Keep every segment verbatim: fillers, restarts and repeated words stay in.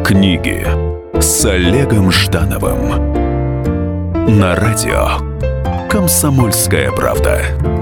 Книги с Олегом Ждановым на радио «Комсомольская правда».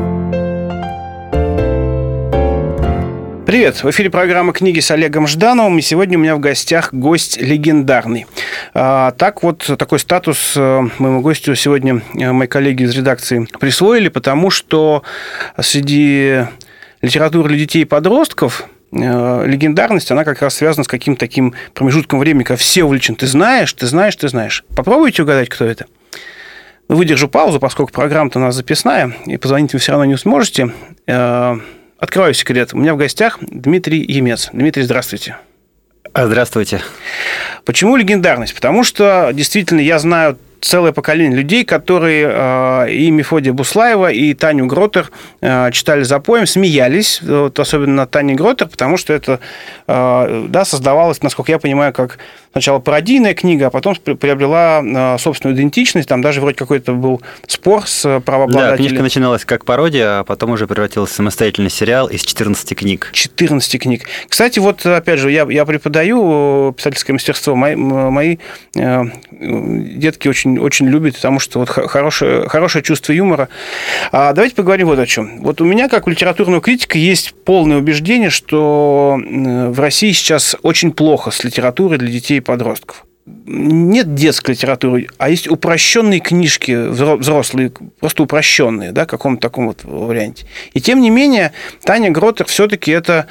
Привет! В эфире программа «Книги с Олегом Ждановым», и сегодня у меня в гостях гость легендарный. А, так вот, такой статус моему гостю сегодня мои коллеги из редакции присвоили, потому что среди литературы для детей и подростков легендарность, она как раз связана с каким-то таким промежутком времени, когда все увлечены. Ты знаешь, ты знаешь, ты знаешь. Попробуйте угадать, кто это. Выдержу паузу, поскольку программа-то у нас записная, и позвонить вы все равно не сможете. Открою секрет. У меня в гостях Дмитрий Емец. Дмитрий, здравствуйте. Здравствуйте. Почему легендарность? Потому что, действительно, я знаю целое поколение людей, которые э, и Мефодия Буслаева, и Таню Гротер э, читали запоем, смеялись, вот, особенно на Тане Гротер, потому что это э, да, создавалось, насколько я понимаю, как сначала пародийная книга, а потом приобрела э, собственную идентичность, там даже вроде какой-то был спор с правообладателем. Да, книжка начиналась как пародия, а потом уже превратилась в самостоятельный сериал из четырнадцати книг. четырнадцати книг. Кстати, вот опять же, я, я преподаю писательское мастерство, мои, мои э, детки очень очень любит, потому что вот хорошее, хорошее чувство юмора. А давайте поговорим вот о чем. Вот у меня, как у литературного критика, есть полное убеждение, что в России сейчас очень плохо с литературой для детей и подростков. Нет детской литературы, а есть упрощенные книжки, взрослые, просто упрощенные, да, в каком-то таком вот варианте. И тем не менее, Таня Гротер все-таки это...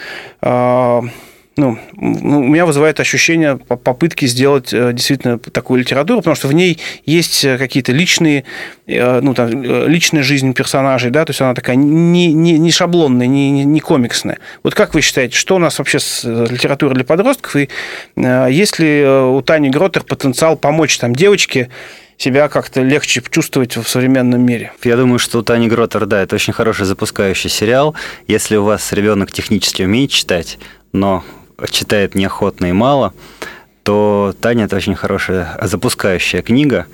Ну, у меня вызывает ощущение попытки сделать действительно такую литературу, потому что в ней есть какие-то личные, ну, там, личная жизнь персонажей, да, то есть она такая не, не, не шаблонная, не, не комиксная. Вот как вы считаете, что у нас вообще с литературой для подростков, и есть ли у Тани Гротер потенциал помочь там девочке себя как-то легче чувствовать в современном мире? Я думаю, что у Тани Гротер, да, это очень хороший запускающий сериал. Если у вас ребенок технически умеет читать, но читает неохотно и мало, то Таня – это очень хорошая запускающая книга.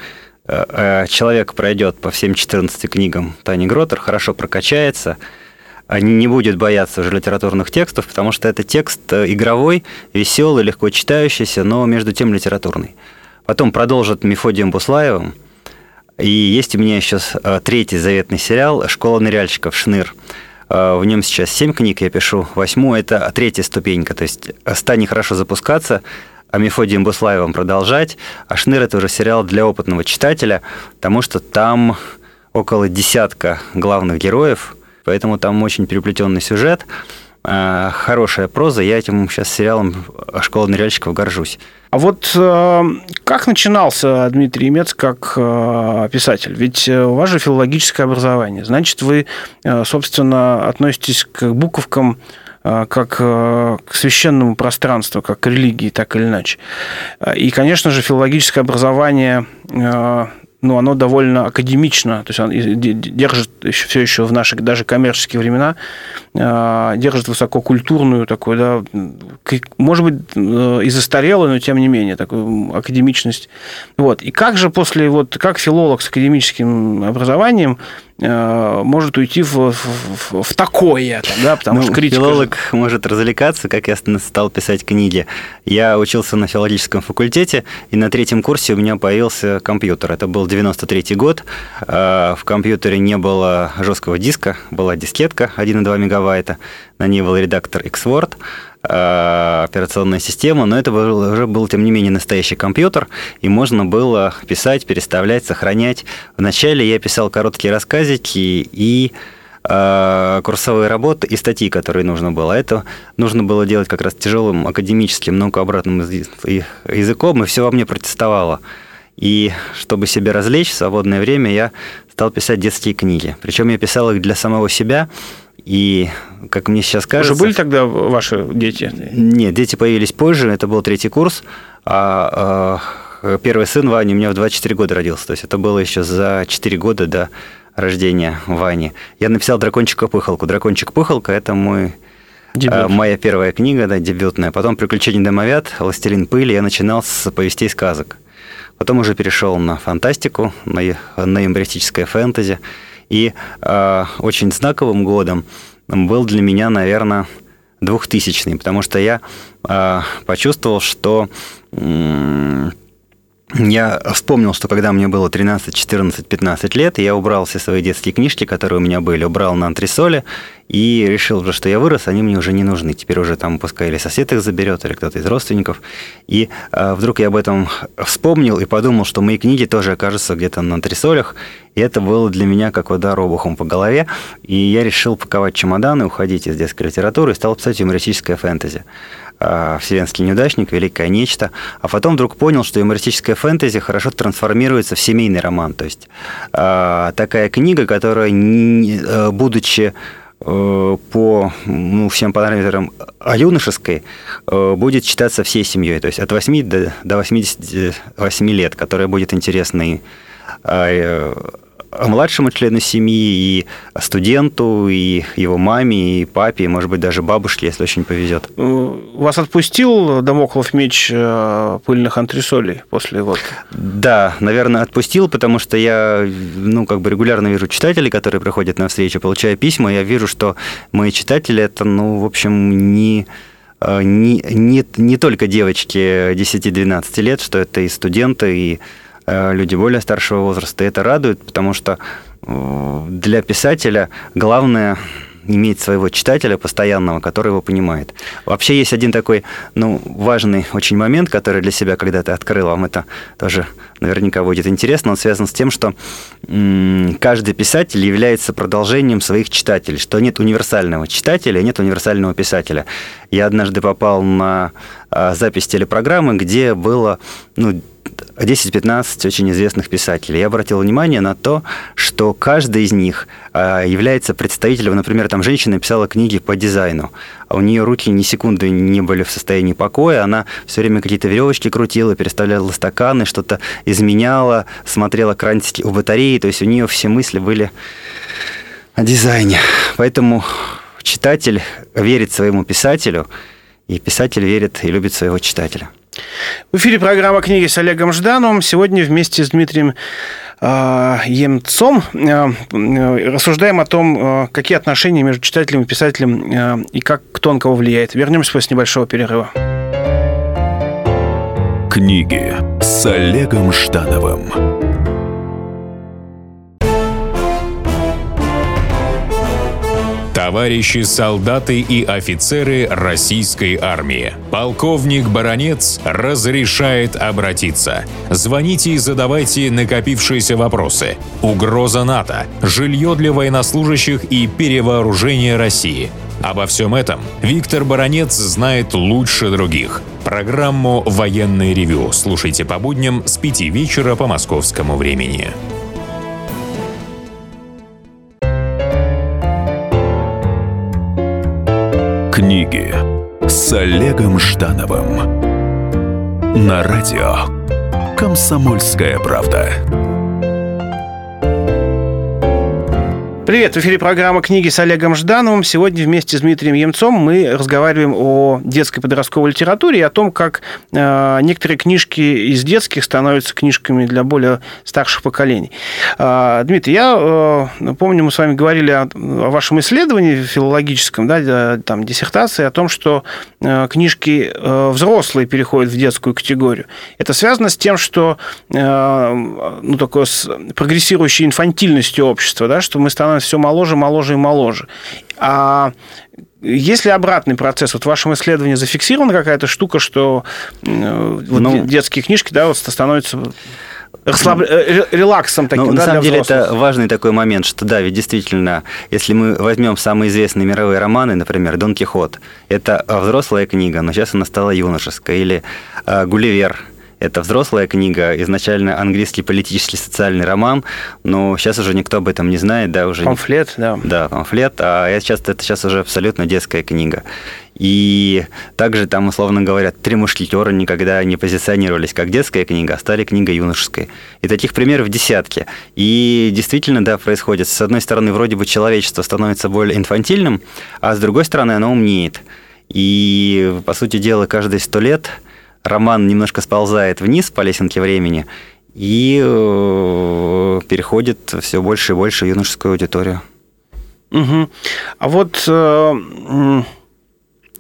Человек пройдет по всем четырнадцати книгам Тани Гротер, хорошо прокачается, не будет бояться уже литературных текстов, потому что это текст игровой, веселый, легко читающийся, но между тем литературный. Потом продолжит Мефодием Буслаевым. И есть у меня еще третий заветный сериал «Школа ныряльщиков. Шныр». В нем сейчас семь книг, я пишу восьмую, это третья ступенька, то есть с Таней хорошо запускаться, а Мефодием Буслаевым продолжать, а «Шныр» – это уже сериал для опытного читателя, потому что там около десятка главных героев, поэтому там очень переплетенный сюжет, хорошая проза, я этим сейчас сериалом «Школа ныряльщиков» горжусь. А вот э, как начинался Дмитрий Емец как э, писатель? Ведь у вас же филологическое образование. Значит, вы, э, собственно, относитесь к буковкам э, как э, к священному пространству, как к религии, так или иначе. И, конечно же, филологическое образование... Э, ну, оно довольно академично, то есть оно держит все еще в наши даже коммерческие времена, держит высококультурную такую, да, может быть, и застарелую, но тем не менее, такую академичность. Вот. И как же после, вот, как филолог с академическим образованием может уйти в, в, в такое, да, потому ну, что критика... Филолог же... может развлекаться, как я стал писать книги. Я учился на филологическом факультете, и на третьем курсе у меня появился компьютер. Это был девяносто третий год. В компьютере не было жесткого диска, была дискетка один и два мегабайта, на ней был редактор Xword, операционная система, но это был, уже был, тем не менее, настоящий компьютер, и можно было писать, переставлять, сохранять. Вначале я писал короткие рассказики и э, курсовые работы и статьи, которые нужно было. Это нужно было делать как раз тяжелым академическим, наукообразным языком, и все во мне протестовало. И чтобы себя развлечь в свободное время, я стал писать детские книги. Причем я писал их для самого себя. И, как мне сейчас кажется... Уже были тогда ваши дети? Нет, дети появились позже, это был третий курс, а, а первый сын Вани у меня в двадцать четыре года родился, то есть это было еще за четыре года до рождения Вани. Я написал «Дракончика-пыхалку». «Дракончик-пыхалка» – это мой, а, моя первая книга, да, дебютная. Потом «Приключения домовят», «Властелин пыли». Я начинал с повестей сказок. Потом уже перешел на фантастику, на, на юмористическое фэнтези. И э, очень знаковым годом был для меня, наверное, двухтысячный, потому что я э, почувствовал, что э, я вспомнил, что когда мне было тринадцать, четырнадцать, пятнадцать лет, я убрал все свои детские книжки, которые у меня были, убрал на антресоли, и решил уже, что я вырос, они мне уже не нужны. Теперь уже там пускай или сосед их заберет, или кто-то из родственников. И э, вдруг я об этом вспомнил и подумал, что мои книги тоже окажутся где-то на антресолях. И это было для меня как удар обухом по голове. И я решил паковать чемоданы, уходить из детской литературы и стал писать юмористическое фэнтези. «Вселенский неудачник», «Великое нечто». А потом вдруг понял, что юмористическое фэнтези хорошо трансформируется в семейный роман. То есть такая книга, которая, будучи по ну, всем параметрам юношеской, будет читаться всей семьей. То есть от восьми до восьмидесяти восьми лет, которая будет интересна и младшему члену семьи, и студенту, и его маме, и папе, и, может быть, даже бабушке, если очень повезет. Вас отпустил дамоклов меч пыльных антресолей после вот? Да, наверное, отпустил, потому что я ну, как бы регулярно вижу читателей, которые приходят на встречу, получаю письма, я вижу, что мои читатели – это, ну, в общем, не... Не, не, не только девочки десяти-двенадцати лет, что это и студенты, и люди более старшего возраста. И это радует, потому что для писателя главное иметь своего читателя постоянного, который его понимает. Вообще есть один такой ну, важный очень момент, который для себя когда-то открыл, вам это тоже наверняка будет интересно. Он связан с тем, что м- каждый писатель является продолжением своих читателей, что нет универсального читателя, нет универсального писателя. Я однажды попал на а, запись телепрограммы, где было ну, десять-пятнадцать очень известных писателей. Я обратил внимание на то, что каждый из них является представителем, например, там женщина писала книги по дизайну, а у нее руки ни секунды не были в состоянии покоя, она все время какие-то веревочки крутила, переставляла стаканы, что-то изменяла, смотрела крантики у батареи, то есть у нее все мысли были о дизайне. Поэтому читатель верит своему писателю, и писатель верит и любит своего читателя. В эфире программа «Книги» с Олегом Ждановым. Сегодня вместе с Дмитрием э, Емцом э, рассуждаем о том, э, какие отношения между читателем и писателем э, и как кто на кого влияет. Вернемся после небольшого перерыва. «Книги» с Олегом Ждановым. Товарищи солдаты и офицеры российской армии. Полковник Баранец разрешает обратиться. Звоните и задавайте накопившиеся вопросы. Угроза НАТО, жилье для военнослужащих и перевооружение России. Обо всем этом Виктор Баранец знает лучше других. Программу «Военное ревю» слушайте по будням с пяти вечера по московскому времени. «Книги» с Олегом Ждановым. На радио «Комсомольская правда». Привет, в эфире программа «Книги» с Олегом Ждановым. Сегодня вместе с Дмитрием Емцом мы разговариваем о детской подростковой литературе и о том, как э, некоторые книжки из детских становятся книжками для более старших поколений. Э, Дмитрий, я э, помню, мы с вами говорили о, о вашем исследовании филологическом, да, там, диссертации, о том, что э, книжки э, взрослые переходят в детскую категорию. Это связано с тем, что э, ну, такое с прогрессирующей инфантильностью общества, да, что мы становимся все моложе, моложе и моложе. А если обратный процесс, вот в вашем исследовании зафиксирована какая-то штука, что э, вот ну, детские книжки, да, вот становятся расслаб... релаксом таким, ну, да, на самом для деле взрослых? Это важный такой момент, что да, ведь действительно, если мы возьмем самые известные мировые романы, например, «Дон Кихот», это взрослая книга, но сейчас она стала юношеской, или э, «Гулливер». Это взрослая книга, изначально английский политический социальный роман, но сейчас уже никто об этом не знает, да, уже... Памфлет, не... да. Да, памфлет, а это сейчас, это сейчас уже абсолютно детская книга. И также там, условно говоря, «Три мушкетера» никогда не позиционировались как детская книга, а стали книгой юношеской. И таких примеров десятки. И действительно, да, происходит. С одной стороны, вроде бы человечество становится более инфантильным, а с другой стороны, оно умнеет. И, по сути дела, каждые сто лет роман немножко сползает вниз по лесенке времени и переходит все больше и больше в юношескую аудиторию. Угу. А вот э,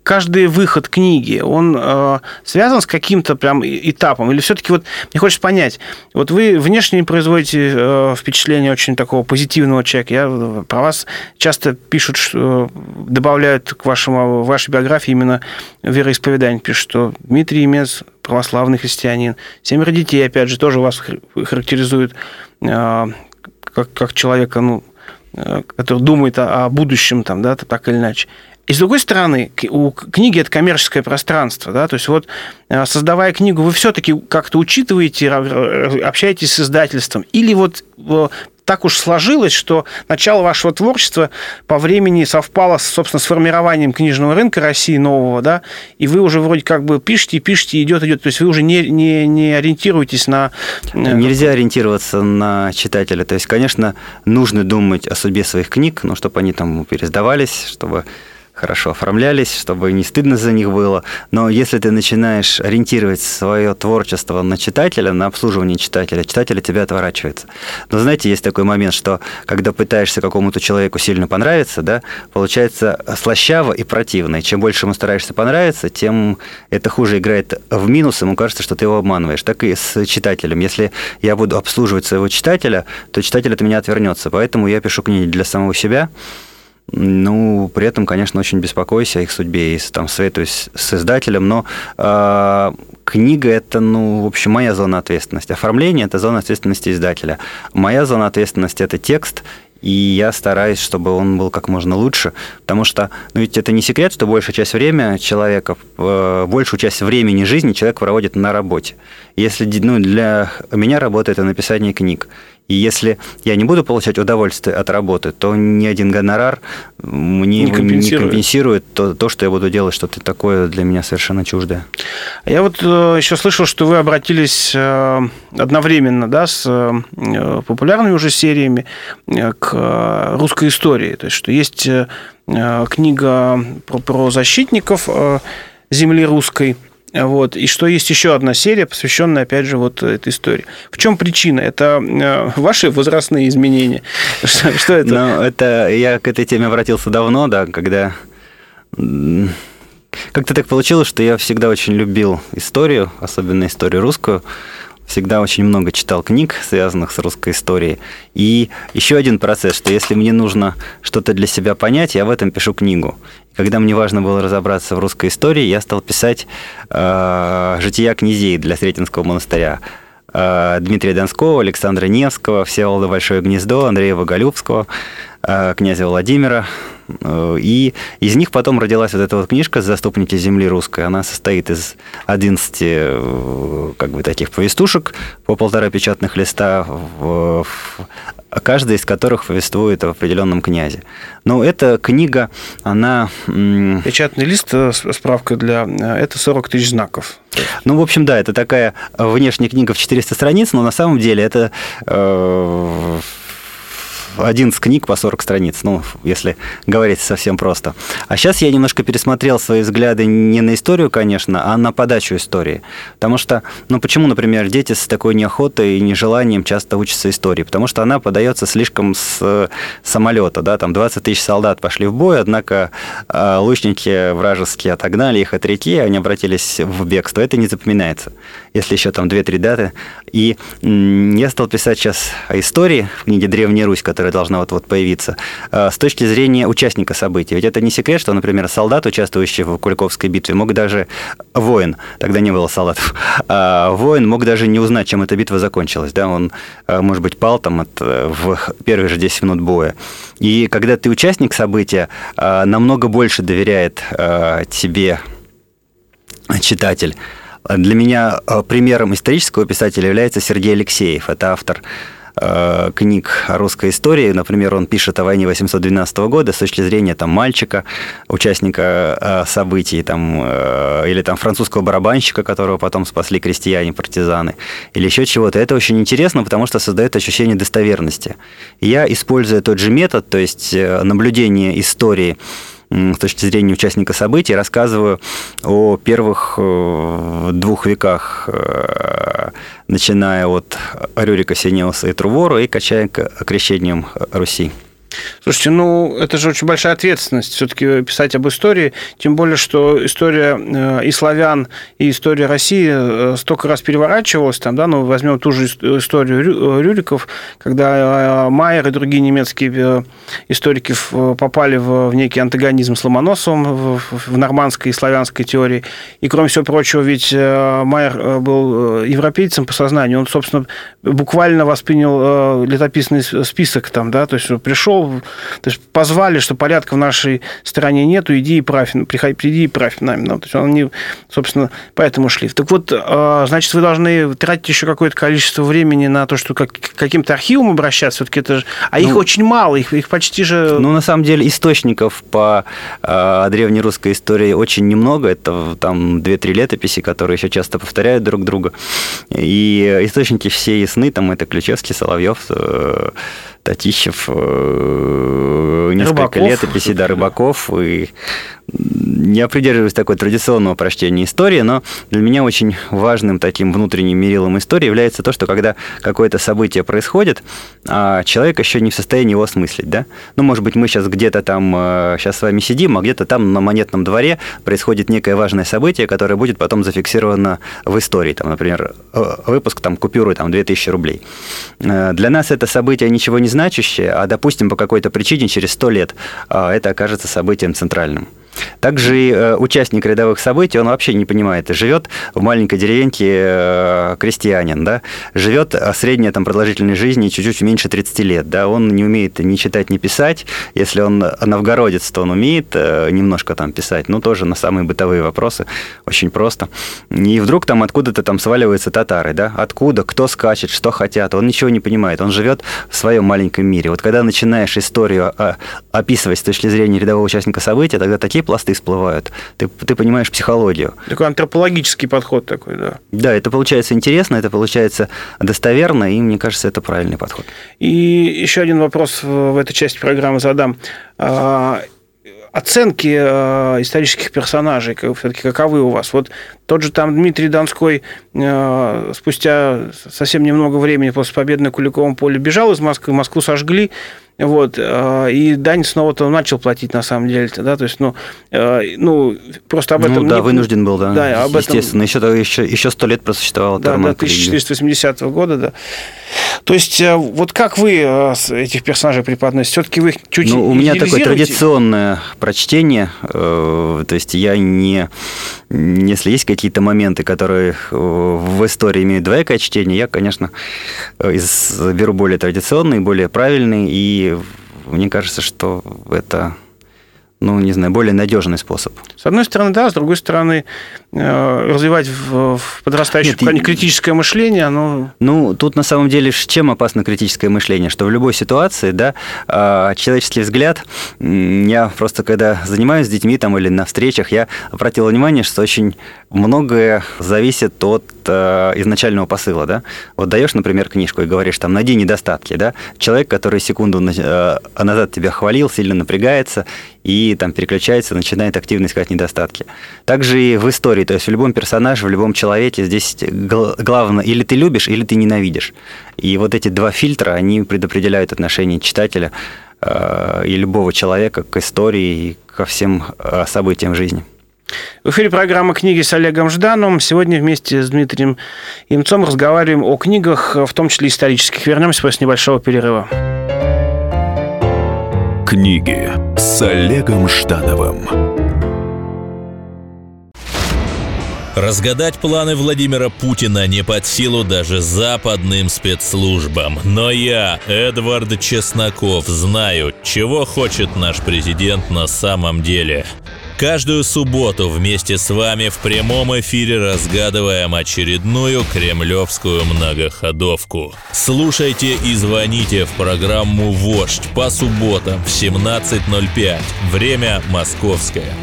каждый выход книги, он э, связан с каким-то прям этапом? Или все-таки вот мне хочется понять, вот вы внешне производите э, впечатление очень такого позитивного человека. Я, про вас часто пишут, что добавляют к вашему, в вашей биографии именно вероисповедание. Пишут, что Дмитрий Емец православный христианин. Семеро детей, опять же, тоже вас характеризуют э, как, как человека, ну, э, который думает о, о будущем, там, да, так или иначе. И с другой стороны, у книги это коммерческое пространство, да, то есть вот создавая книгу, вы все-таки как-то учитываете, общаетесь с издательством, или вот так уж сложилось, что начало вашего творчества по времени совпало, собственно, с формированием книжного рынка России нового, да, и вы уже вроде как бы пишете, пишете, идет, идет, то есть вы уже не, не, не ориентируетесь на... Нельзя ориентироваться на читателя, то есть, конечно, нужно думать о судьбе своих книг, ну, чтобы они там пересдавались, чтобы... хорошо оформлялись, чтобы не стыдно за них было. Но если ты начинаешь ориентировать свое творчество на читателя, на обслуживание читателя, читатель от тебя отворачивается. Но знаете, есть такой момент, что когда пытаешься какому-то человеку сильно понравиться, да, получается слащаво и противно. И чем больше ему стараешься понравиться, тем это хуже играет в минус, ему кажется, что ты его обманываешь. Так и с читателем. Если я буду обслуживать своего читателя, то читатель от меня отвернется. Поэтому я пишу книги для самого себя. Ну, при этом, конечно, очень беспокоюсь о их судьбе и там советуюсь с издателем, но э, книга – это, ну, в общем, моя зона ответственности. Оформление – это зона ответственности издателя. Моя зона ответственности – это текст, и я стараюсь, чтобы он был как можно лучше, потому что, ну, ведь это не секрет, что большая часть времени человека, э, большую часть времени жизни человек проводит на работе. Если, ну, для меня работа – это написание книг. И если я не буду получать удовольствие от работы, то ни один гонорар мне не компенсирует, не компенсирует то, то, что я буду делать, что-то такое для меня совершенно чуждое. Я вот еще слышал, что вы обратились одновременно, да, с популярными уже сериями к русской истории. То есть, что есть книга про, про защитников земли русской. Вот. И что есть еще одна серия, посвященная, опять же, вот этой истории. В чем причина? Это ваши возрастные изменения? Что, что это? Ну, это я к этой теме обратился давно, да, когда... Как-то так получилось, что я всегда очень любил историю, особенно историю русскую. Всегда очень много читал книг, связанных с русской историей. И еще один процесс, что если мне нужно что-то для себя понять, я в этом пишу книгу. И когда мне важно было разобраться в русской истории, я стал писать э, «Жития князей» для Сретенского монастыря. Э, Дмитрия Донского, Александра Невского, Всеволода Большое Гнездо, Андрея Боголюбского, э, князя Владимира. И из них потом родилась вот эта вот книжка «Заступники земли русской». Она состоит из одиннадцати как бы таких повестушек по полтора печатных листа, каждая из которых повествует об определенном князе. Но эта книга, она... Печатный лист, справка для... Это сорок тысяч знаков. Ну, в общем, да, это такая внешняя книга в четыреста страниц, но на самом деле это... одиннадцать книг по сорок страниц, ну, если говорить совсем просто. А сейчас я немножко пересмотрел свои взгляды не на историю, конечно, а на подачу истории. Потому что, ну, почему, например, дети с такой неохотой и нежеланием часто учатся истории? Потому что она подается слишком с самолета, да, там двадцать тысяч солдат пошли в бой, однако лучники вражеские отогнали их от реки, они обратились в бегство. Это не запоминается, если еще там две-три даты. И я стал писать сейчас о истории в книге «Древняя Русь», которая должна вот-вот появиться, с точки зрения участника событий. Ведь это не секрет, что, например, солдат, участвующий в Куликовской битве, мог даже... Воин, тогда не было солдатов, а воин мог даже не узнать, чем эта битва закончилась. Да? Он, может быть, пал там от, в первые же десять минут боя. И когда ты участник события, намного больше доверяет тебе читатель. Для меня примером исторического писателя является Сергей Алексеев. Это автор книг о русской истории. Например, он пишет о войне восемьсот двенадцатого года с точки зрения там, мальчика, участника событий, там, или там, французского барабанщика, которого потом спасли крестьяне-партизаны, или еще чего-то. Это очень интересно, потому что создает ощущение достоверности. Я, используя тот же метод, то есть наблюдение истории с точки зрения участника событий, рассказываю о первых двух веках, начиная от Рюрика Синеуса и Трувора и качая к крещениям Руси. Слушайте, ну, это же очень большая ответственность все-таки писать об истории, тем более, что история и славян, и история России столько раз переворачивалась, там, да, ну, возьмем ту же историю Рюриков, когда Майер и другие немецкие историки попали в некий антагонизм с Ломоносовым в нормандской и славянской теории, и, кроме всего прочего, ведь Майер был европейцем по сознанию, он, собственно, буквально воспринял летописный список, там, да, то есть пришел, то есть позвали, что порядка в нашей стране нету, иди и правь, приходи, приди и правь нами. То есть они, собственно, поэтому шли. Так вот, значит, вы должны тратить еще какое-то количество времени на то, что как, к каким-то архивам обращаться, все-таки это же... А ну, их очень мало, их, их почти же... Ну, на самом деле, источников по э, древнерусской истории очень немного. Это там две-три летописи, которые еще часто повторяют друг друга. И источники все ясны, там это Ключевский, Соловьев, э, Татищев, несколько Рыбаков. летописей, да, Рыбаков. И я придерживаюсь такой традиционного прочтения истории, но для меня очень важным таким внутренним мерилом истории является то, что когда какое-то событие происходит, а человек еще не в состоянии его осмыслить, да? Ну, может быть, мы сейчас где-то там, сейчас с вами сидим, а где-то там на Монетном дворе происходит некое важное событие, которое будет потом зафиксировано в истории, там, например, выпуск там, купюры там, две тысячи рублей. Для нас это событие ничего не значащее, а, допустим, по какой-то причине через сто лет это окажется событием центральным. Также и э, участник рядовых событий, он вообще не понимает, живет в маленькой деревеньке э, крестьянин, да, живет средняя там, продолжительность жизни чуть-чуть меньше тридцати лет, да, он не умеет ни читать, ни писать, если он новгородец, то он умеет э, немножко там писать, но тоже на самые бытовые вопросы, очень просто. И вдруг там откуда-то там сваливаются татары, да, откуда, кто скачет, что хотят, он ничего не понимает, он живет в своем маленьком мире. Вот когда начинаешь историю э, описывать с точки зрения рядового участника события, тогда такие пласты всплывают. Ты, ты понимаешь психологию. Такой антропологический подход такой, да. Да, это получается интересно, это получается достоверно, и мне кажется, это правильный подход. И еще один вопрос в этой части программы задам. Оценки исторических персонажей все-таки каковы у вас? Вот тот же там Дмитрий Донской спустя совсем немного времени после победы на Куликовом поле бежал из Москвы, Москву сожгли, вот, и дань снова-то начал платить на самом деле, да, то есть, ну, ну просто об этом... Ну, да, не... вынужден был, да, да об естественно, этом... еще, еще, еще сто лет просуществовал. Да, до тысяча четыреста восьмидесятого года, да. То есть, вот как вы этих персонажей преподносите? Все-таки вы их чуть Ну, у меня такое традиционное прочтение, то есть я не... Если есть какие-то моменты, которые в истории имеют двоякое чтение, я, конечно, беру более традиционный, более правильный, и мне кажется, что это, ну, не знаю, более надежный способ. С одной стороны, да, с другой стороны, развивать в подрастающем поколении критическое мышление, оно... Ну, тут на самом деле чем опасно критическое мышление? Что в любой ситуации, да, человеческий взгляд, я просто когда занимаюсь с детьми там или на встречах, я обратил внимание, что очень многое зависит от изначального посыла, да. Вот даешь, например, книжку и говоришь, там, найди недостатки, да. Человек, который секунду назад тебя хвалил, сильно напрягается и там переключается, начинает активно искать недостатки. Также и в истории, то есть в любом персонаже, в любом человеке здесь главное, или ты любишь, или ты ненавидишь. И вот эти два фильтра, они предопределяют отношение читателя э, и любого человека к истории и ко всем э, событиям жизни. В эфире программа «Книги» с Олегом Ждановым. Сегодня вместе с Дмитрием Ямцом разговариваем о книгах, в том числе исторических. Вернемся после небольшого перерыва. Книги с Олегом Ждановым. Разгадать планы Владимира Путина не под силу даже западным спецслужбам. Но я, Эдвард Чесноков, знаю, чего хочет наш президент на самом деле. Каждую субботу вместе с вами в прямом эфире разгадываем очередную кремлевскую многоходовку. Слушайте и звоните в программу «Вождь» по субботам в семнадцать ноль пять. Время московское.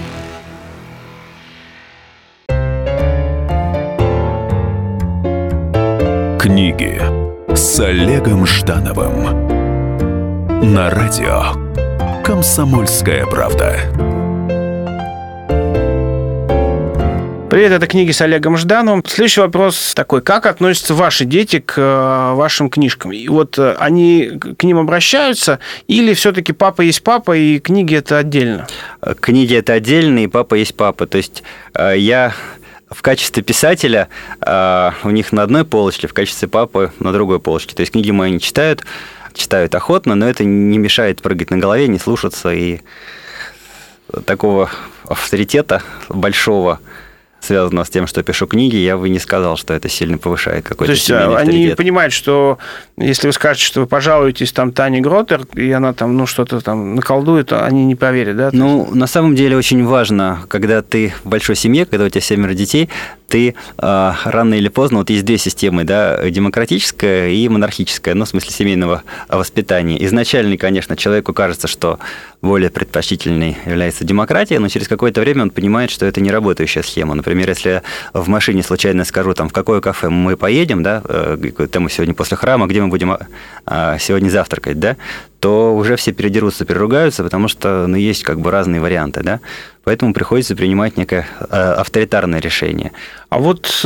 Книги с Олегом Ждановым на радио «Комсомольская правда». Привет, это «Книги с Олегом Ждановым». Следующий вопрос такой. Как относятся ваши дети к вашим книжкам? И вот они к ним обращаются или все-таки папа есть папа, и книги это отдельно? Книги это отдельно, и папа есть папа. То есть я в качестве писателя у них на одной полочке, в качестве папы на другой полочке. То есть книги мои не читают, читают охотно, но это не мешает прыгать на голове, не слушаться, и такого авторитета большого, связанного с тем, что пишу книги, я бы не сказал, что это сильно повышает какой-то семейный авторитет. То есть они понимают, что если вы скажете, что вы пожалуетесь там Тане Гротер, и она там, ну, что-то там наколдует, они не поверят, да? Ну, на самом деле очень важно, когда ты в большой семье, когда у тебя семеро детей, ты э, рано или поздно, вот есть две системы, да, демократическая и монархическая, ну, в смысле семейного воспитания. Изначально, конечно, человеку кажется, что более предпочтительной является демократия, но через какое-то время он понимает, что это не работающая схема. Например, если я в машине случайно скажу, там, в какое кафе мы поедем, да, там мы сегодня после храма, где мы будем сегодня завтракать, да, то уже все передерутся, переругаются, потому что, ну, есть как бы разные варианты, да, поэтому приходится принимать некое авторитарное решение. А вот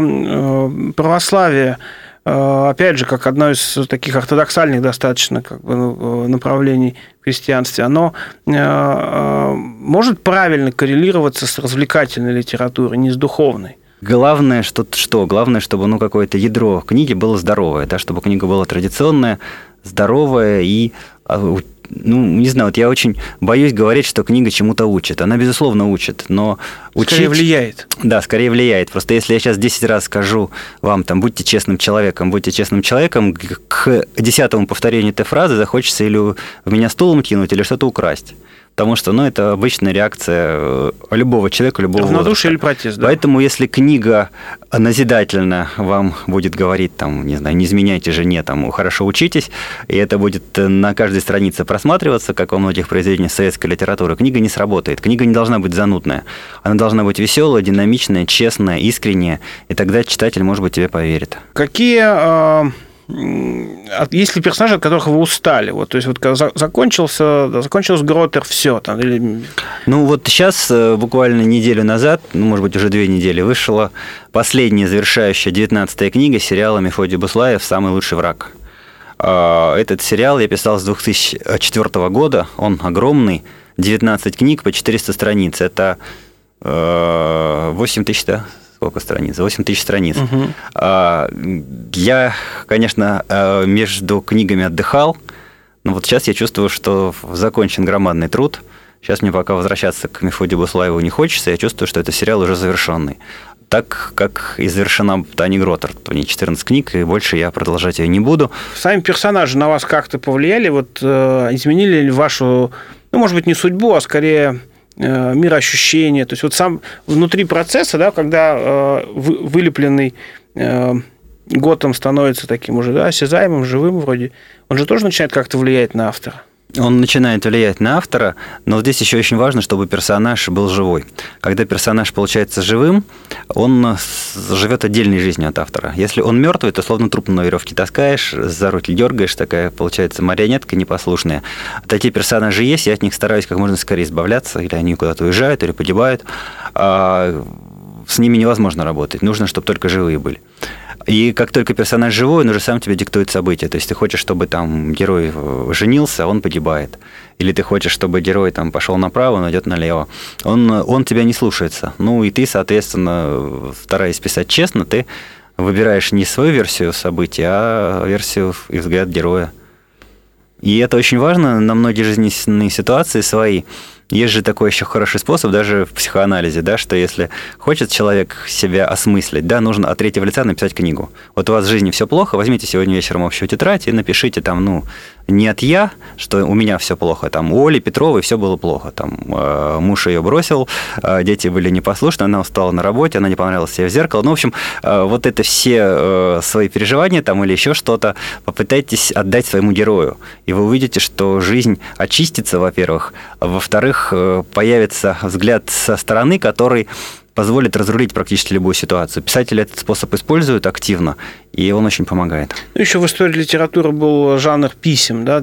э, православие, э, опять же, как одно из таких ортодоксальных достаточно как бы, направлений в христианстве, оно э, э, может правильно коррелироваться с развлекательной литературой, не с духовной? Главное, что, что? Главное, чтобы, ну, какое-то ядро книги было здоровое, да, чтобы книга была традиционная, здоровая и, ну, не знаю, вот я очень боюсь говорить, что книга чему-то учит. Она, безусловно, учит, но учить... Скорее влияет. Да, скорее влияет. Просто если я сейчас десять раз скажу вам, там, будьте честным человеком, будьте честным человеком, к десятому повторению этой фразы захочется или в меня стулом кинуть, или что-то украсть. Потому что, ну, это обычная реакция любого человека, любого возраста. Равнодушие или протест, да? Поэтому, если книга назидательно вам будет говорить, там, не знаю, не изменяйте жене, там, хорошо учитесь, и это будет на каждой странице просматриваться, как во многих произведениях советской литературы, книга не сработает. Книга не должна быть занудная. Она должна быть веселая, динамичная, честная, искренняя, и тогда читатель, может быть, тебе поверит. Какие... Есть ли персонажи, от которых вы устали? Вот, то есть, вот когда закончился, закончился Гротер, все там, или... Ну, вот сейчас, буквально неделю назад, ну, может быть, уже две недели, вышла последняя завершающая девятнадцатая книга сериала Мефодий Буслаев «Самый лучший враг». Этот сериал я писал с две тысячи четвёртого года, он огромный, девятнадцать книг по четыреста страниц, это восемь тысяч, да? Сколько страниц? восемь тысяч страниц. Угу. Я, конечно, между книгами отдыхал, но вот сейчас я чувствую, что закончен громадный труд. Сейчас мне пока возвращаться к Мефодию Буслаеву не хочется. Я чувствую, что это сериал уже завершенный. Так, как и завершена Таня Гротер. У нее четырнадцать книг, и больше я продолжать ее не буду. Сами персонажи на вас как-то повлияли? Вот изменили ли вашу, ну, может быть, не судьбу, а скорее... мироощущение, то есть вот сам внутри процесса, да, когда э, вылепленный э, Готэм становится таким уже, да, осязаемым, живым вроде, он же тоже начинает как-то влиять на автора. Он начинает влиять на автора, но здесь еще очень важно, чтобы персонаж был живой. Когда персонаж получается живым, он живет отдельной жизнью от автора. Если он мертвый, то словно труп на веревке таскаешь, за руки дергаешь, такая получается марионетка непослушная. Такие персонажи есть, я от них стараюсь как можно скорее избавляться, или они куда-то уезжают, или погибают. С ними невозможно работать, нужно, чтобы только живые были. И как только персонаж живой, он уже сам тебе диктует события. То есть ты хочешь, чтобы там герой женился, он погибает. Или ты хочешь, чтобы герой там пошел направо, он идет налево. Он, он тебя не слушается. Ну и ты, соответственно, стараясь писать честно, ты выбираешь не свою версию событий, а версию и взгляд героя. И это очень важно на многие жизненные ситуации свои. Есть же такой еще хороший способ, даже в психоанализе, да, что если хочет человек себя осмыслить, да, нужно от третьего лица написать книгу. Вот у вас в жизни все плохо, возьмите сегодня вечером общую тетрадь и напишите там, ну, не от я, что у меня все плохо, там, у Оли Петровой все было плохо, там, э, муж ее бросил, э, дети были непослушны, она устала на работе, она не понравилась себе в зеркало. Ну, в общем, э, вот это все э, свои переживания там или еще что-то попытайтесь отдать своему герою, и вы увидите, что жизнь очистится, во-первых, во-вторых, появится взгляд со стороны, который позволит разрулить практически любую ситуацию. Писатели этот способ используют активно, и он очень помогает. Ну, еще в истории литературы был жанр писем, да,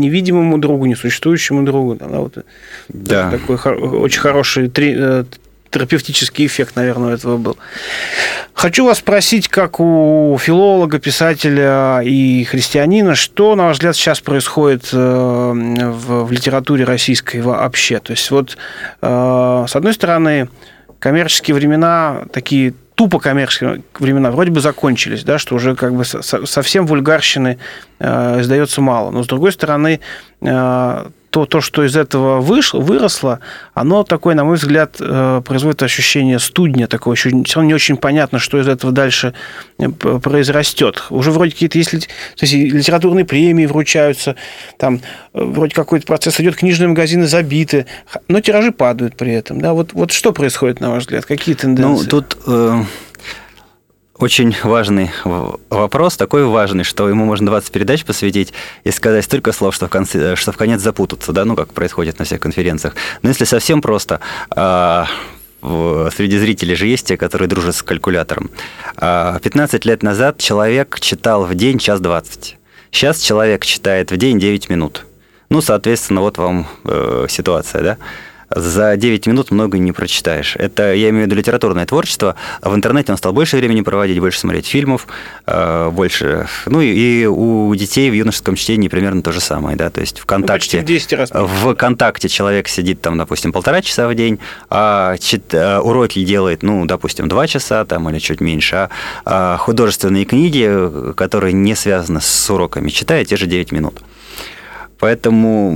невидимому другу, несуществующему другу. Да, вот. Да. Такой очень хороший три, терапевтический эффект, наверное, у этого был. Хочу вас спросить, как у филолога, писателя и христианина, что, на ваш взгляд, сейчас происходит в, в литературе российской вообще? То есть вот, с одной стороны, коммерческие времена, такие тупо коммерческие времена, вроде бы закончились, да, что уже как бы совсем вульгарщины издается мало. Но, с другой стороны, то, то, что из этого вышло, выросло, оно такое, на мой взгляд, производит ощущение студня, такое еще все равно не очень понятно, что из этого дальше произрастет. Уже вроде какие-то есть, то есть литературные премии вручаются, там вроде какой-то процесс идет, книжные магазины забиты, но тиражи падают при этом. Да? Вот, вот что происходит, на ваш взгляд? Какие тенденции? Ну, тут... Э... Очень важный вопрос, такой важный, что ему можно двадцать передач посвятить и сказать столько слов, что в, конце, что в конец запутаться, да, ну, как происходит на всех конференциях. Но если совсем просто, среди зрителей же есть те, которые дружат с калькулятором. пятнадцать лет назад человек читал в день час двадцать. Сейчас человек читает в день девять минут. Ну, соответственно, вот вам ситуация, да? За девять минут много не прочитаешь. Это, я имею в виду, литературное творчество. В интернете он стал больше времени проводить, больше смотреть фильмов, больше... Ну, и у детей в юношеском чтении примерно то же самое, да, то есть ВКонтакте... Ну, почти в десять раз. В ВКонтакте человек сидит там, допустим, полтора часа в день, а чит... уроки делает, ну, допустим, два часа там или чуть меньше, а художественные книги, которые не связаны с уроками, читает те же девять минут. Поэтому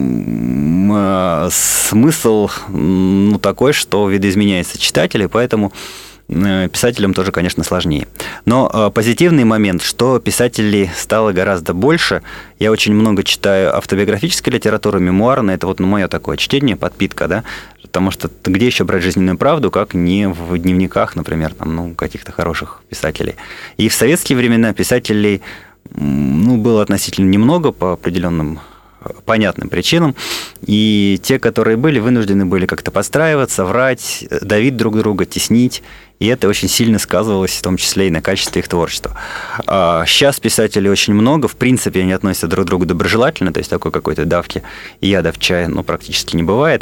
смысл ну, такой, что видоизменяется читатель, и поэтому писателям тоже, конечно, сложнее. Но позитивный момент, что писателей стало гораздо больше. Я очень много читаю автобиографической литературы, мемуарной. Это вот ну, мое такое чтение, подпитка, да. Потому что где еще брать жизненную правду, как не в дневниках, например, там, ну, каких-то хороших писателей. И в советские времена писателей ну, было относительно немного по определенным понятным причинам, и те, которые были, вынуждены были как-то подстраиваться, врать, давить друг друга, теснить, и это очень сильно сказывалось, в том числе и на качестве их творчества. Сейчас писателей очень много, в принципе, они относятся друг к другу доброжелательно, то есть такой какой-то давки и яда в чай, ну, практически не бывает.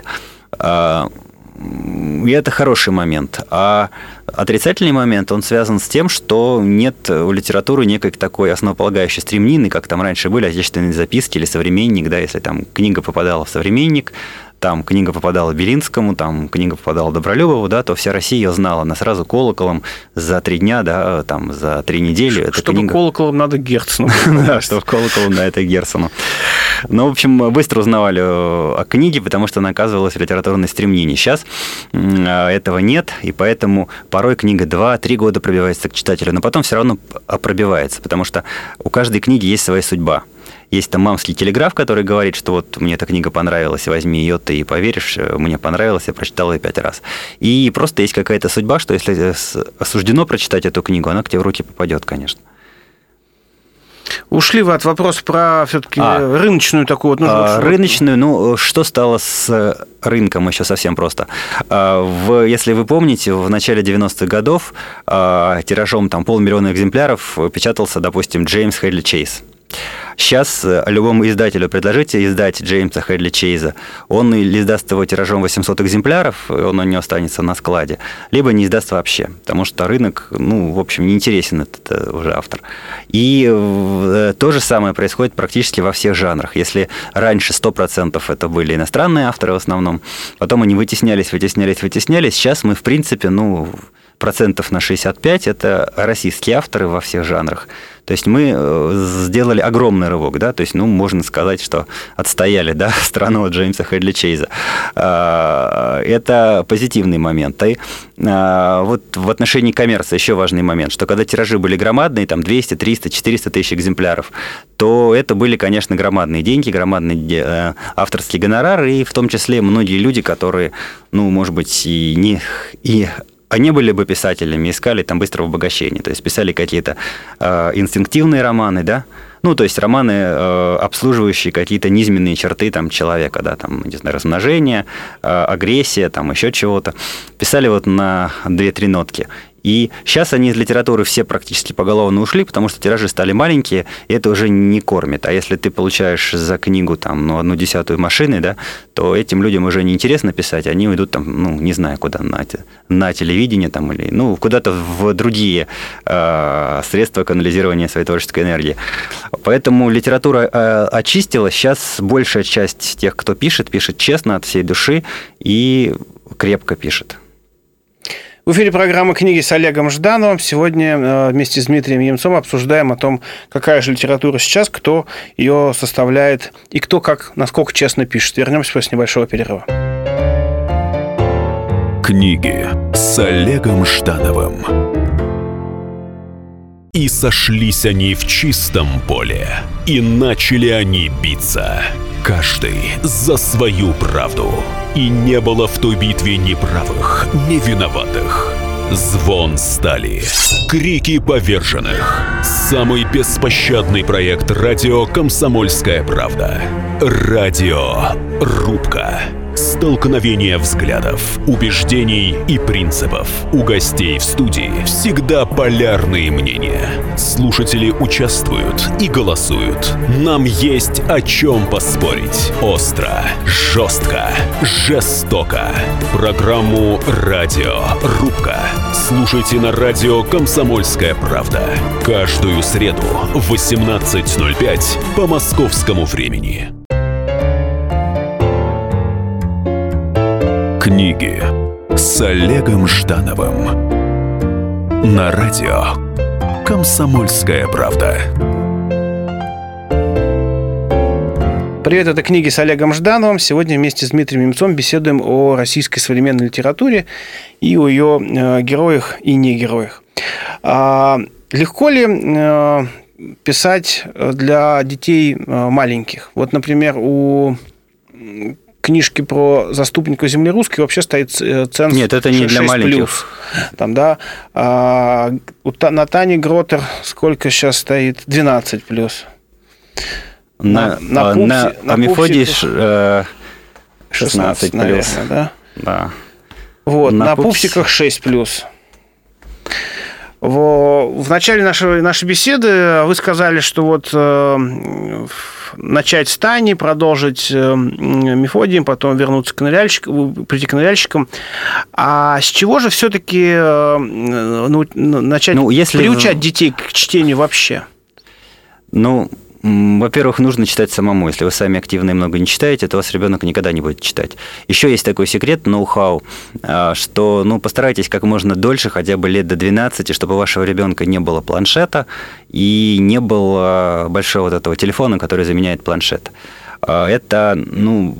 И это хороший момент. А отрицательный момент, он связан с тем, что нет у литературы некой такой основополагающей стремнины, как там раньше были отечественные записки или современник, да, если там книга попадала в современник, там книга попадала Белинскому, там книга попадала Добролюбову, да, то вся Россия ее знала, она сразу колоколом за три дня, да, там за три недели. Чтобы книга... колоколом надо Герцену. Да, чтобы колоколом, да, это Герцену. Ну, в общем, быстро узнавали о книге, потому что она оказывалась в литературной стремнине. Сейчас этого нет, и поэтому порой книга два-три года пробивается к читателю, но потом все равно пробивается, потому что у каждой книги есть своя судьба. Есть там мамский телеграф, который говорит, что вот мне эта книга понравилась, возьми ее, ты и поверишь, мне понравилось, я прочитал ее пять раз. И просто есть какая-то судьба, что если суждено прочитать эту книгу, она к тебе в руки попадет, конечно. Ушли вы от вопроса про все-таки а, рыночную такую вот. Ну, а, рыночную, ну, что стало с рынком еще совсем просто. А, в, если вы помните, в начале девяностых годов а, тиражом там полмиллиона экземпляров печатался, допустим, Джеймс Хедли Чейз. Сейчас любому издателю предложите издать Джеймса Хедли Чейза, он или издаст его тиражом восемьсот экземпляров, и он у него останется на складе, либо не издаст вообще, потому что рынок, ну, в общем, неинтересен этот уже автор. И то же самое происходит практически во всех жанрах. Если раньше сто процентов это были иностранные авторы в основном, потом они вытеснялись, вытеснялись, вытеснялись, сейчас мы, в принципе, ну, процентов на шестьдесят пять это российские авторы во всех жанрах. То есть мы сделали огромный рывок, да, то есть, ну, можно сказать, что отстояли, да, страну от Джеймса Хедли Чейза. Это позитивный момент. И вот в отношении коммерции еще важный момент, что когда тиражи были громадные, там двести, триста, четыреста тысяч экземпляров, то это были, конечно, громадные деньги, громадные авторские гонорары, и в том числе многие люди, которые, ну, может быть, и не... И они были бы писателями, искали там быстрого обогащения, то есть писали какие-то э, инстинктивные романы, да, ну, то есть романы, э, обслуживающие какие-то низменные черты там человека, да, там, не знаю, размножение, э, агрессия, там еще чего-то, писали вот на две-три нотки. И сейчас они из литературы все практически поголовно ушли, потому что тиражи стали маленькие, и это уже не кормит. А если ты получаешь за книгу там, ну, одну десятую машины, да, то этим людям уже неинтересно писать, они уйдут там, ну, не знаю куда, на, на телевидение там, или ну, куда-то в другие э, средства канализирования своей творческой энергии. Поэтому литература э, очистилась, сейчас большая часть тех, кто пишет, пишет честно, от всей души и крепко пишет. В эфире программа «Книги» с Олегом Ждановым. Сегодня вместе с Дмитрием Немцовым обсуждаем о том, какая же литература сейчас, кто ее составляет и кто как, насколько честно пишет. Вернемся после небольшого перерыва. Книги с Олегом Ждановым. И сошлись они в чистом поле, и начали они биться, каждый за свою правду. И не было в той битве ни правых, ни виноватых. Звон стали, крики поверженных. Самый беспощадный проект радио «Комсомольская правда». Радиорубка. Столкновение взглядов, убеждений и принципов. У гостей в студии всегда полярные мнения. Слушатели участвуют и голосуют. Нам есть о чем поспорить. Остро, жестко, жестоко. Программу «Радиорубка» слушайте на радио «Комсомольская правда». Каждую среду в восемнадцать ноль пять по московскому времени. Книги с Олегом Ждановым на радио «Комсомольская правда». Привет, это «Книги» с Олегом Ждановым. Сегодня вместе с Дмитрием Немцовым беседуем о российской современной литературе и о ее героях и негероях. Легко ли писать для детей маленьких? Вот, например, у книжки про заступника земли русской вообще стоит ценз. Нет, это не для маленьких. Там, да, а, у, на Тане Гротер сколько сейчас стоит? двенадцать плюс. На, на, на, на, на Мефодий шестнадцать плюс. Наверное, да? Да. Вот, на, на пупсиках шесть плюс. В начале нашей, нашей беседы вы сказали, что вот э, начать с Тани, продолжить э, Мефодием, потом вернуться к ныряльщикам, прийти к ныряльщикам. А с чего же все-таки э, ну, начать ну, если... приучать детей к чтению вообще? Ну, во-первых, нужно читать самому. Если вы сами активно и много не читаете, то вас ребенок никогда не будет читать. Еще есть такой секрет, ноу-хау, что ну, постарайтесь как можно дольше, хотя бы лет до двенадцати, чтобы у вашего ребенка не было планшета и не было большого вот этого телефона, который заменяет планшет. Это, ну...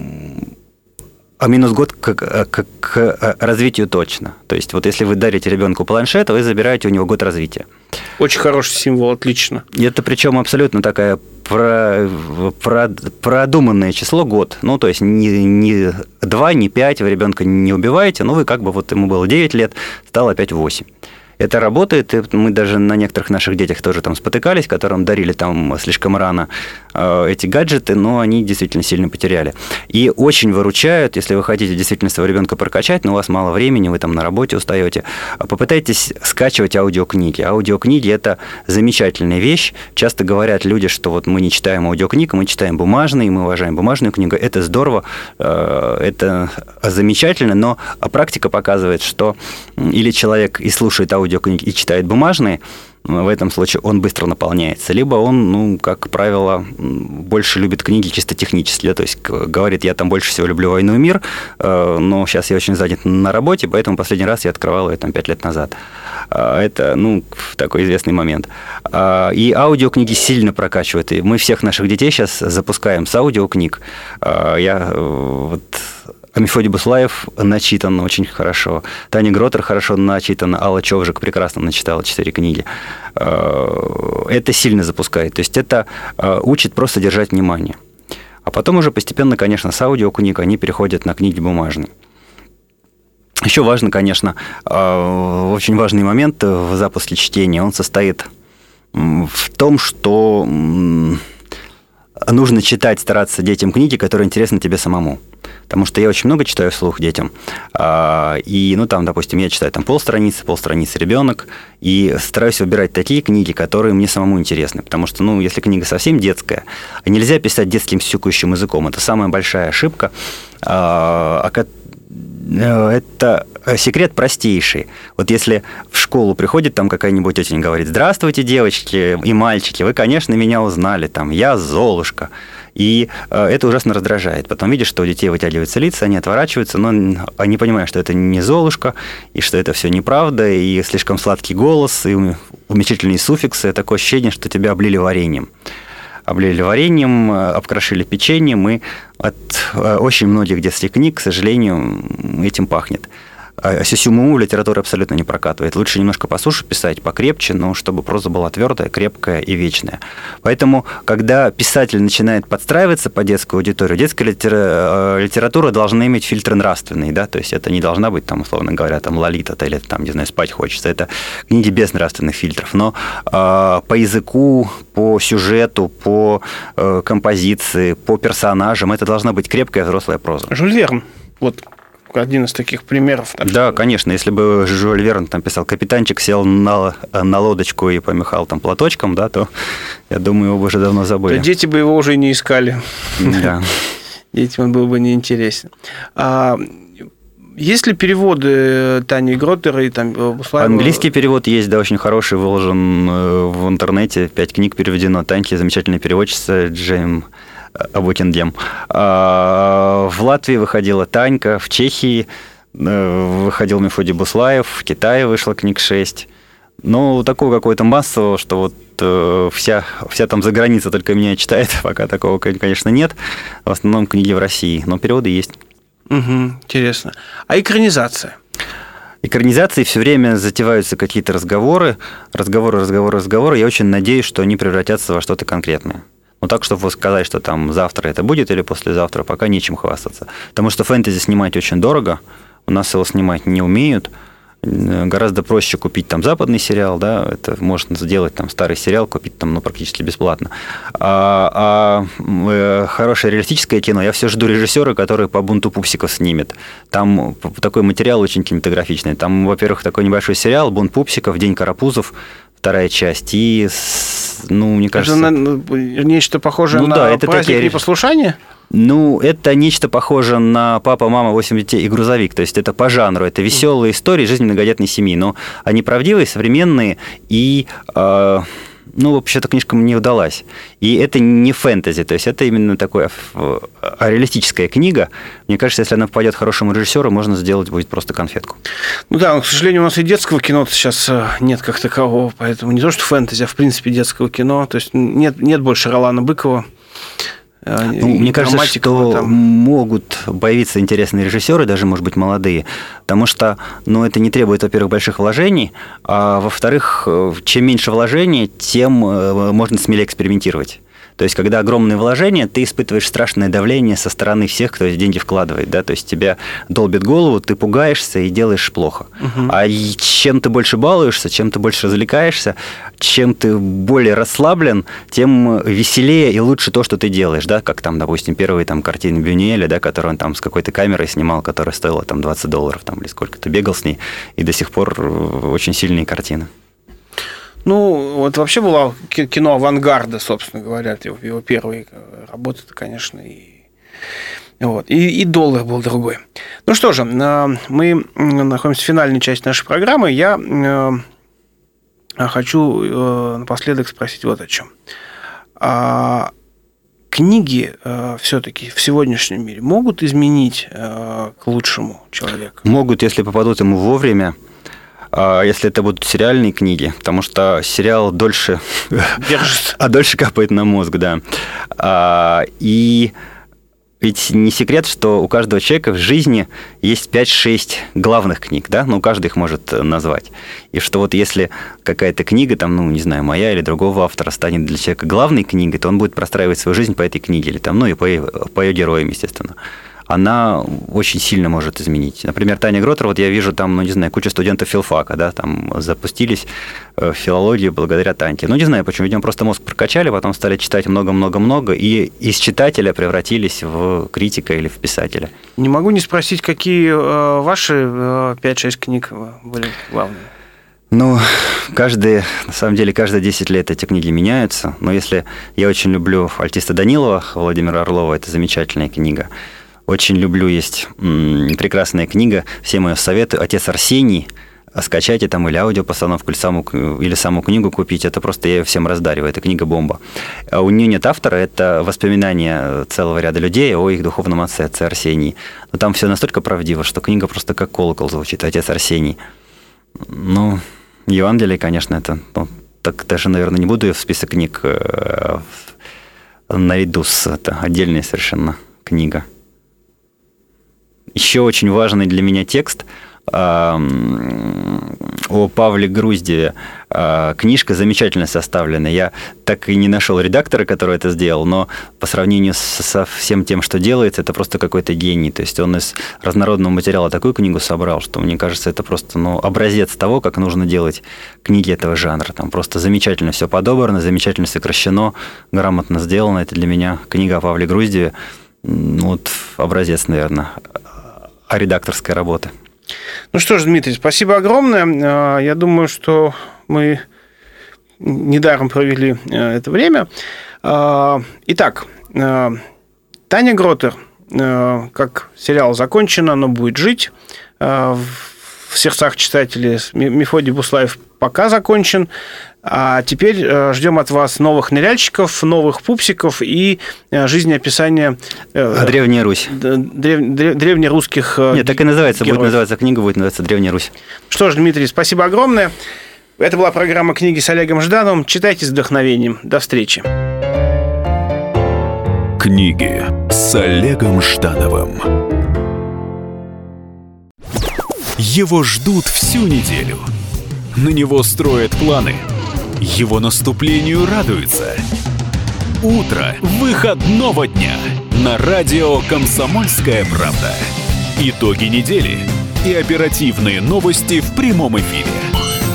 А минус год к, к, к развитию точно. То есть, вот если вы дарите ребенку планшет, вы забираете у него год развития. Очень хороший символ, отлично. И это причем абсолютно такая про, про, продуманное число год. Ну, то есть, не, не два, не пять, вы ребенка не убиваете, но вы как бы, вот ему было девять лет, стало опять восемь. Это работает, и мы даже на некоторых наших детях тоже там спотыкались, которым дарили там слишком рано э, эти гаджеты, но они действительно сильно потеряли. И очень выручают, если вы хотите действительно своего ребенка прокачать, но у вас мало времени, вы там на работе устаете, попытайтесь скачивать аудиокниги. Аудиокниги – это замечательная вещь. Часто говорят люди, что вот мы не читаем аудиокниг, мы читаем бумажные, мы уважаем бумажную книгу. Это здорово, э, это замечательно, но практика показывает, что или человек и слушает аудиокниги, и читает бумажные, в этом случае он быстро наполняется. Либо он, ну, как правило, больше любит книги чисто технически. Да? То есть говорит, я там больше всего люблю «Войну и мир», но сейчас я очень занят на работе, поэтому последний раз я открывал ее там пять лет назад. Это, ну, такой известный момент. И аудиокниги сильно прокачивают. И мы всех наших детей сейчас запускаем с аудиокниг. Я вот... А Мефодий Буслаев начитан очень хорошо. Таня Гротер хорошо начитана. Алла Човжик прекрасно начитала четыре книги. Это сильно запускает. То есть это учит просто держать внимание. А потом уже постепенно, конечно, с аудиокниг они переходят на книги бумажные. Еще важно, конечно, очень важный момент в запуске чтения. Он состоит в том, что нужно читать, стараться детям книги, которые интересны тебе самому. Потому что я очень много читаю вслух детям. И, ну, там, допустим, я читаю там полстраницы, полстраницы ребенок, и стараюсь выбирать такие книги, которые мне самому интересны. Потому что, ну, если книга совсем детская, нельзя писать детским сюкающим языком. Это самая большая ошибка. Это секрет простейший. Вот если в школу приходит там какая-нибудь тетенька, говорит: здравствуйте, девочки и мальчики, вы, конечно, меня узнали, там, я Золушка. И это ужасно раздражает. Потом видишь, что у детей вытягиваются лица, они отворачиваются, но они понимают, что это не Золушка, и что это все неправда, и слишком сладкий голос, и уменьшительные суффиксы. Такое ощущение, что тебя облили вареньем. Облили вареньем, обкрошили печеньем, и от очень многих детских книг, к сожалению, этим пахнет. А сюсюму литература абсолютно не прокатывает. Лучше немножко посуше писать, покрепче, но чтобы проза была твердая, крепкая и вечная. Поэтому, когда писатель начинает подстраиваться под детскую аудиторию, детская литература должна иметь фильтры нравственные, да, то есть это не должна быть, там, условно говоря, там, Лолита или, там, не знаю, спать хочется. Это книги без нравственных фильтров. Но э, по языку, по сюжету, по э, композиции, по персонажам это должна быть крепкая взрослая проза. Жюль Верн. Вот. Один из таких примеров. Так да, что... конечно. Если бы Жюль Верн там писал: капитанчик сел на, на лодочку и помахал там платочком, да, то, я думаю, его бы уже давно забыли. То дети бы его уже и не искали. Да. Детям он был бы неинтересен. А есть ли переводы Тани Гроттер и там Буслаева? Английский перевод есть, да, очень хороший, выложен в интернете. Пять книг переведено. Таньки, замечательная переводчица, Джейм Абукиндем. В Латвии выходила Танька, в Чехии выходил Мефодий Буслаев, в Китае вышло книг шесть. Ну, такого какого-то массового, что вот вся, вся там за граница только меня читает, пока такого, конечно, нет. В основном книги в России, но переводы есть. Угу, интересно. А экранизация? Экранизации все время затеваются какие-то разговоры, разговоры, разговоры, разговоры. Я очень надеюсь, что они превратятся во что-то конкретное. Ну, так, чтобы сказать, что там завтра это будет или послезавтра, пока нечем хвастаться. Потому что фэнтези снимать очень дорого, у нас его снимать не умеют. Гораздо проще купить там западный сериал, да, это можно сделать там старый сериал, купить там, ну, практически бесплатно. А, а хорошее реалистическое кино, я все жду режиссера, который по «Бунту пупсиков» снимет. Там такой материал очень кинематографичный. Там, во-первых, такой небольшой сериал «Бунт пупсиков», «День карапузов», вторая часть, и, ну, мне кажется... Это нечто похожее ну, на да, это «Праздник такие... непослушания»? Ну, это нечто похожее на «Папа, мама, восемь детей и грузовик». То есть это по жанру, это веселые истории жизни многодетной семьи. Но они правдивые, современные и... Э, ну, вообще-то книжка мне не удалась. И это не фэнтези, то есть это именно такая реалистическая книга. Мне кажется, если она попадет хорошему режиссеру, можно сделать будет просто конфетку. Ну да, но, к сожалению, у нас и детского кино сейчас нет как такового, поэтому не то, что фэнтези, а в принципе детского кино. То есть нет, нет больше Ролана Быкова. Ну, мне кажется, что там могут появиться интересные режиссеры, даже, может быть, молодые, потому что, ну, это не требует, во-первых, больших вложений, а, во-вторых, чем меньше вложений, тем можно смелее экспериментировать. То есть, когда огромные вложения, ты испытываешь страшное давление со стороны всех, кто эти деньги вкладывает, да, то есть тебя долбит голову, ты пугаешься и делаешь плохо. Угу. А чем ты больше балуешься, чем ты больше развлекаешься, чем ты более расслаблен, тем веселее и лучше то, что ты делаешь, да, как там, допустим, первые там картины Бюнюэля, да, которые он там с какой-то камерой снимал, которая стоила там двадцать долларов, там, или сколько-то, бегал с ней, и до сих пор очень сильные картины. Ну, вот вообще было кино авангарда, собственно говоря, его первые работы, конечно, и, вот, и, и доллар был другой. Ну что же, мы находимся в финальной части нашей программы. Я хочу напоследок спросить вот о чем. Книги все-таки в сегодняшнем мире могут изменить к лучшему человека? Могут, если попадут ему вовремя. Если это будут сериальные книги, потому что сериал дольше, а дольше капает на мозг, да. И ведь не секрет, что у каждого человека в жизни есть пять-шесть главных книг, да, ну, каждый их может назвать. И что вот если какая-то книга, там, ну, не знаю, моя или другого автора станет для человека главной книгой, то он будет простраивать свою жизнь по этой книге, или там, ну, и по, по ее героям, естественно. она очень сильно может изменить. Например, Таня Гротер, вот я вижу там, ну, не знаю, куча студентов филфака, да, там запустились в филологию благодаря Таньке. Ну, не знаю почему, видимо, просто мозг прокачали, потом стали читать много-много-много, и из читателя превратились в критика или в писателя. Не могу не спросить, какие э, ваши э, пять-шесть книг были главными? Ну, каждые, на самом деле, каждые десять лет эти книги меняются, но если я очень люблю альтиста Данилова, Владимира Орлова, это замечательная книга. Очень люблю, есть м- прекрасная книга, всем ее советую, «Отец Арсений». Скачайте там или аудиопостановку, или саму, или саму книгу купить. Это просто я ее всем раздариваю. Это книга бомба. А у нее нет автора, это воспоминания целого ряда людей о их духовном отце, отце Арсении. Но там все настолько правдиво, что книга просто как колокол звучит, «Отец Арсений». Ну, Евангелие, конечно, это... Ну, так даже, наверное, не буду ее в список книг э, наряду с... Это отдельная совершенно книга. Еще очень важный для меня текст о Павле Груздеве. Книжка замечательно составлена. Я так и не нашел редактора, который это сделал, но по сравнению со всем тем, что делается, это просто какой-то гений. То есть он из разнородного материала такую книгу собрал, что, мне кажется, это просто ну, образец того, как нужно делать книги этого жанра. Там просто замечательно все подобрано, замечательно сокращено, грамотно сделано. Это для меня книга о Павле Груздеве. Вот образец, наверное, редакторской работы. Ну что ж, Дмитрий, спасибо огромное. Я думаю, что мы недаром провели это время. Итак, Таня Гротер, как сериал закончено, но будет жить в сердцах читателей. Мефодий Буслаев пока закончен. А теперь ждем от вас новых ныряльщиков, новых пупсиков и жизнеописания... А Древняя Русь. Древ, древ, древнерусских героев. Нет, так и называется. Будет называться книга, будет называться «Древняя Русь». Что ж, Дмитрий, спасибо огромное. Это была программа «Книги с Олегом Ждановым». Читайте с вдохновением. До встречи. Книги с Олегом Ждановым. Его ждут всю неделю. На него строят планы. Его наступлению радуются. Утро выходного дня на радио «Комсомольская правда». Итоги недели и оперативные новости в прямом эфире.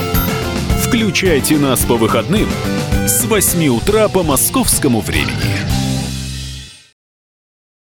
Включайте нас по выходным с восьми утра по московскому времени.